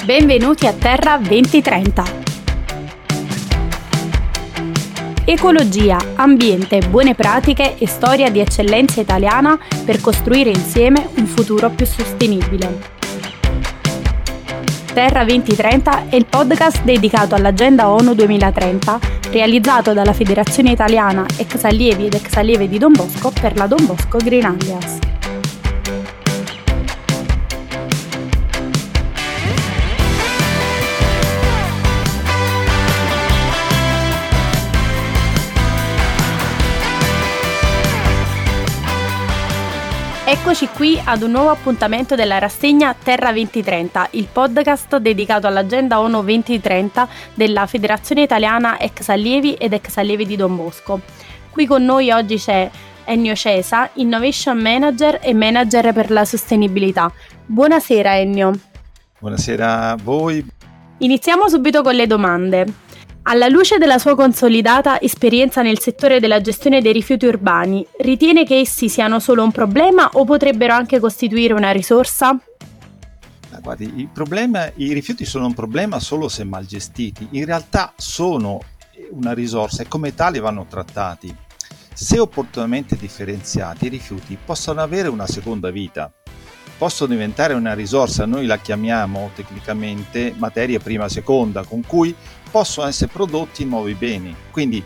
Benvenuti a Terra 2030. Ecologia, ambiente, buone pratiche e storia di eccellenza italiana per costruire insieme un futuro più sostenibile. Terra 2030 è il podcast dedicato all'Agenda ONU 2030, realizzato dalla Federazione Italiana Ex Allievi ed Ex Allieve di Don Bosco per la Don Bosco Green Alliance. Eccoci qui ad un nuovo appuntamento della rassegna Terra 2030, il podcast dedicato all'Agenda ONU 2030 della Federazione Italiana Ex Allievi ed Ex Allievi di Don Bosco. Qui con noi oggi c'è Ennio Cesa, Innovation Manager e Manager per la Sostenibilità. Buonasera Ennio. Buonasera a voi. Iniziamo subito con le domande. Alla luce della sua consolidata esperienza nel settore della gestione dei rifiuti urbani, ritiene che essi siano solo un problema o potrebbero anche costituire una risorsa? Guardi, i rifiuti sono un problema solo se mal gestiti. In realtà sono una risorsa e come tali vanno trattati. Se opportunamente differenziati, i rifiuti possono avere una seconda vita. Possono diventare una risorsa, noi la chiamiamo tecnicamente materia prima seconda, con cui possono essere prodotti nuovi beni. Quindi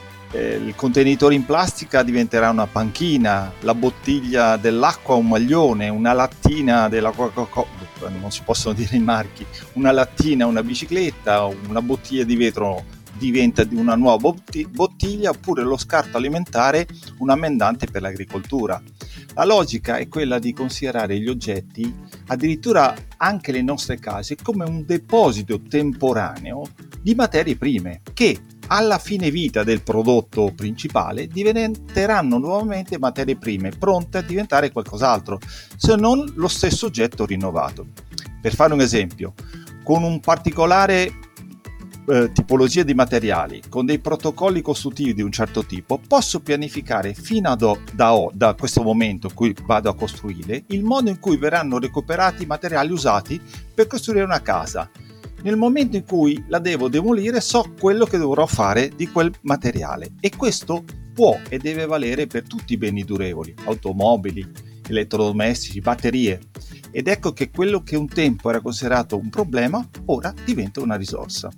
il contenitore in plastica diventerà una panchina, la bottiglia dell'acqua un maglione, una lattina della Coca-Cola, non si possono dire i marchi, una lattina una bicicletta, una bottiglia di vetro diventa di una nuova bottiglia, oppure lo scarto alimentare un ammendante per l'agricoltura. La logica è quella di considerare gli oggetti, addirittura anche nei nostri casi, come un deposito temporaneo di materie prime che alla fine vita del prodotto principale diventeranno nuovamente materie prime pronte a diventare qualcos'altro, se non lo stesso oggetto rinnovato. Per fare un esempio, con un particolare tipologia di materiali, con dei protocolli costruttivi di un certo tipo, posso pianificare fino da questo momento in cui vado a costruire il modo in cui verranno recuperati i materiali usati per costruire una casa. Nel momento in cui la devo demolire so quello che dovrò fare di quel materiale, e questo può e deve valere per tutti i beni durevoli, automobili, elettrodomestici, batterie. Ed ecco che quello che un tempo era considerato un problema ora diventa una risorsa.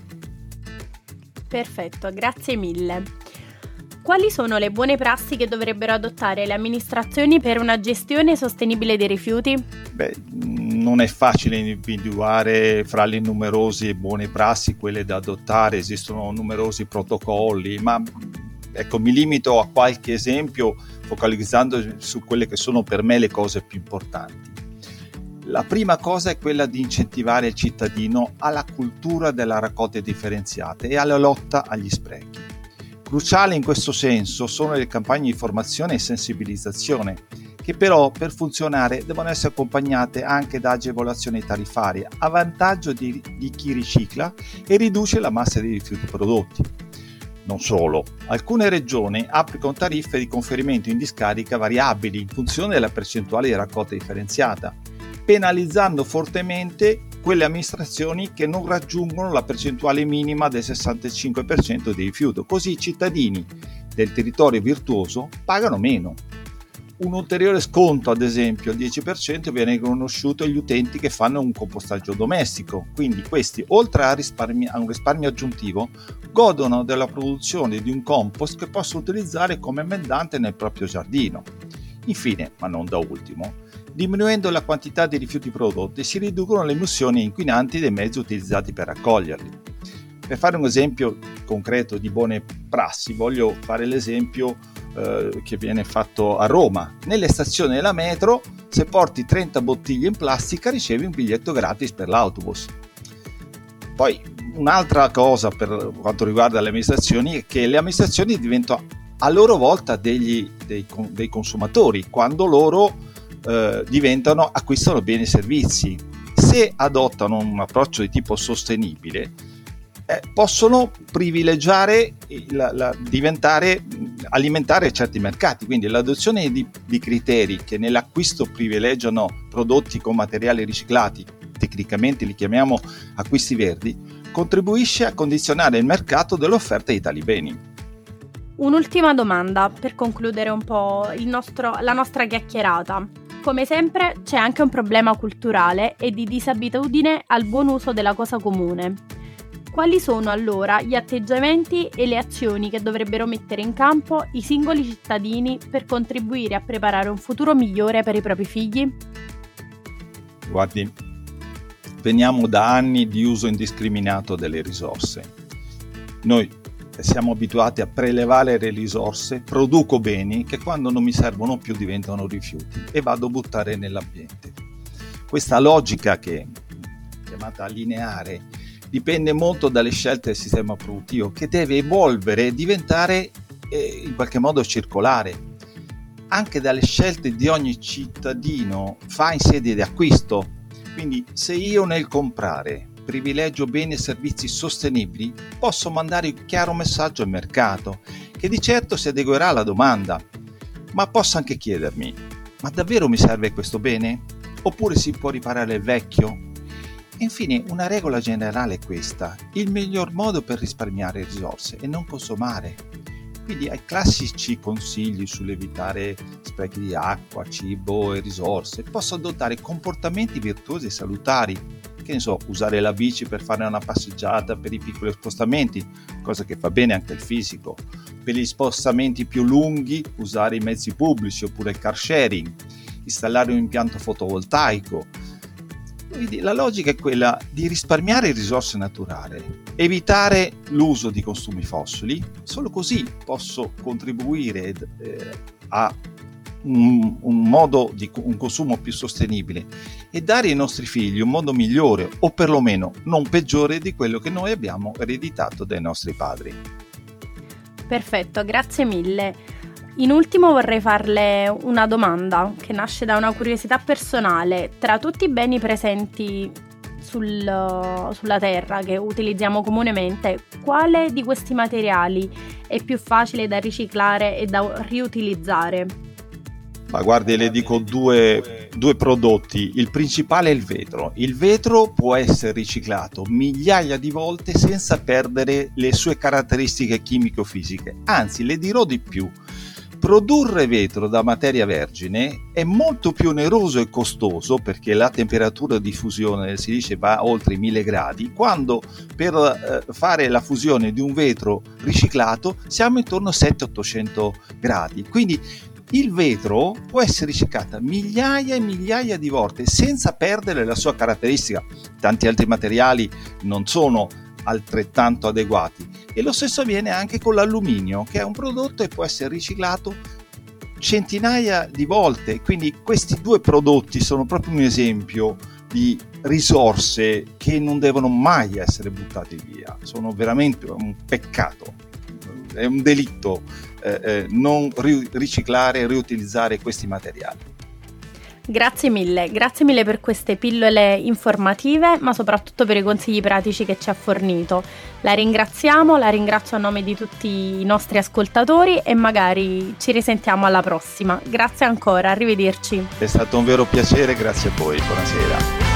Perfetto, grazie mille. Quali sono le buone prassi che dovrebbero adottare le amministrazioni per una gestione sostenibile dei rifiuti? Non è facile individuare fra le numerose buone prassi quelle da adottare, esistono numerosi protocolli, ma ecco, mi limito a qualche esempio focalizzando su quelle che sono per me le cose più importanti. La prima cosa è quella di incentivare il cittadino alla cultura della raccolta differenziata e alla lotta agli sprechi. Cruciali in questo senso sono le campagne di formazione e sensibilizzazione, che però per funzionare devono essere accompagnate anche da agevolazioni tariffarie a vantaggio di chi ricicla e riduce la massa di rifiuti prodotti. Non solo, alcune regioni applicano tariffe di conferimento in discarica variabili in funzione della percentuale di raccolta differenziata, penalizzando fortemente quelle amministrazioni che non raggiungono la percentuale minima del 65% di rifiuto. Così i cittadini del territorio virtuoso pagano meno. Un ulteriore sconto, ad esempio, al 10% viene riconosciuto agli utenti che fanno un compostaggio domestico. Quindi questi, oltre a un risparmio aggiuntivo, godono della produzione di un compost che possono utilizzare come ammendante nel proprio giardino. Infine, ma non da ultimo, diminuendo la quantità di rifiuti prodotti si riducono le emissioni inquinanti dei mezzi utilizzati per raccoglierli. Per fare un esempio concreto di buone prassi, voglio fare l'esempio che viene fatto a Roma. Nelle stazioni della metro, se porti 30 bottiglie in plastica ricevi un biglietto gratis per l'autobus. Poi un'altra cosa per quanto riguarda le amministrazioni è che le amministrazioni diventano a loro volta dei consumatori quando loro acquistano beni e servizi. Se adottano un approccio di tipo sostenibile, possono privilegiare alimentare certi mercati. Quindi l'adozione di criteri che nell'acquisto privilegiano prodotti con materiali riciclati tecnicamente li chiamiamo acquisti verdi, contribuisce a condizionare il mercato dell'offerta di tali beni. Un'ultima domanda per concludere un po' la nostra chiacchierata. Come sempre c'è anche un problema culturale e di disabitudine al buon uso della cosa comune. Quali sono allora gli atteggiamenti e le azioni che dovrebbero mettere in campo i singoli cittadini per contribuire a preparare un futuro migliore per i propri figli? Guardi, veniamo da anni di uso indiscriminato delle risorse. Noi siamo abituati a prelevare le risorse, produco beni che quando non mi servono più diventano rifiuti e vado a buttare nell'ambiente. Questa logica, che è chiamata lineare, dipende molto dalle scelte del sistema produttivo, che deve evolvere e diventare in qualche modo circolare. Anche dalle scelte di ogni cittadino fa in sede di acquisto. Quindi se io nel comprare privilegio beni e servizi sostenibili, posso mandare un chiaro messaggio al mercato, che di certo si adeguerà alla domanda. Ma posso anche chiedermi, ma davvero mi serve questo bene? Oppure si può riparare il vecchio? Infine, una regola generale è questa: il miglior modo per risparmiare risorse è non consumare. Quindi ai classici consigli sull'evitare sprechi di acqua, cibo e risorse, posso adottare comportamenti virtuosi e salutari. Che ne so, usare la bici per fare una passeggiata per i piccoli spostamenti, cosa che fa bene anche al fisico. Per gli spostamenti più lunghi, usare i mezzi pubblici oppure il car sharing, installare un impianto fotovoltaico. Quindi la logica è quella di risparmiare risorse naturali, evitare l'uso di consumi fossili. Solo così posso contribuire a un consumo più sostenibile e dare ai nostri figli un mondo migliore, o perlomeno non peggiore di quello che noi abbiamo ereditato dai nostri padri. Perfetto, grazie mille. In ultimo vorrei farle una domanda che nasce da una curiosità personale. Tra tutti i beni presenti sulla Terra che utilizziamo comunemente, quale di questi materiali è più facile da riciclare e da riutilizzare? Ma guardi, le dico due prodotti. Il principale è il vetro. Il vetro può essere riciclato migliaia di volte senza perdere le sue caratteristiche chimico-fisiche. Anzi, le dirò di più. Produrre vetro da materia vergine è molto più oneroso e costoso, perché la temperatura di fusione del silice va oltre i 1000 gradi, quando per fare la fusione di un vetro riciclato siamo intorno a 700-800 gradi. Quindi il vetro può essere riciclato migliaia e migliaia di volte senza perdere la sua caratteristica. Tanti altri materiali non sono altrettanto adeguati, e lo stesso avviene anche con l'alluminio, che è un prodotto e può essere riciclato centinaia di volte. Quindi questi due prodotti sono proprio un esempio di risorse che non devono mai essere buttate via. Sono veramente un peccato, è un delitto non riciclare e riutilizzare questi materiali. Grazie mille per queste pillole informative, ma soprattutto per i consigli pratici che ci ha fornito. La ringrazio a nome di tutti i nostri ascoltatori e magari ci risentiamo alla prossima. Grazie ancora, arrivederci. È stato un vero piacere, grazie a voi, buonasera.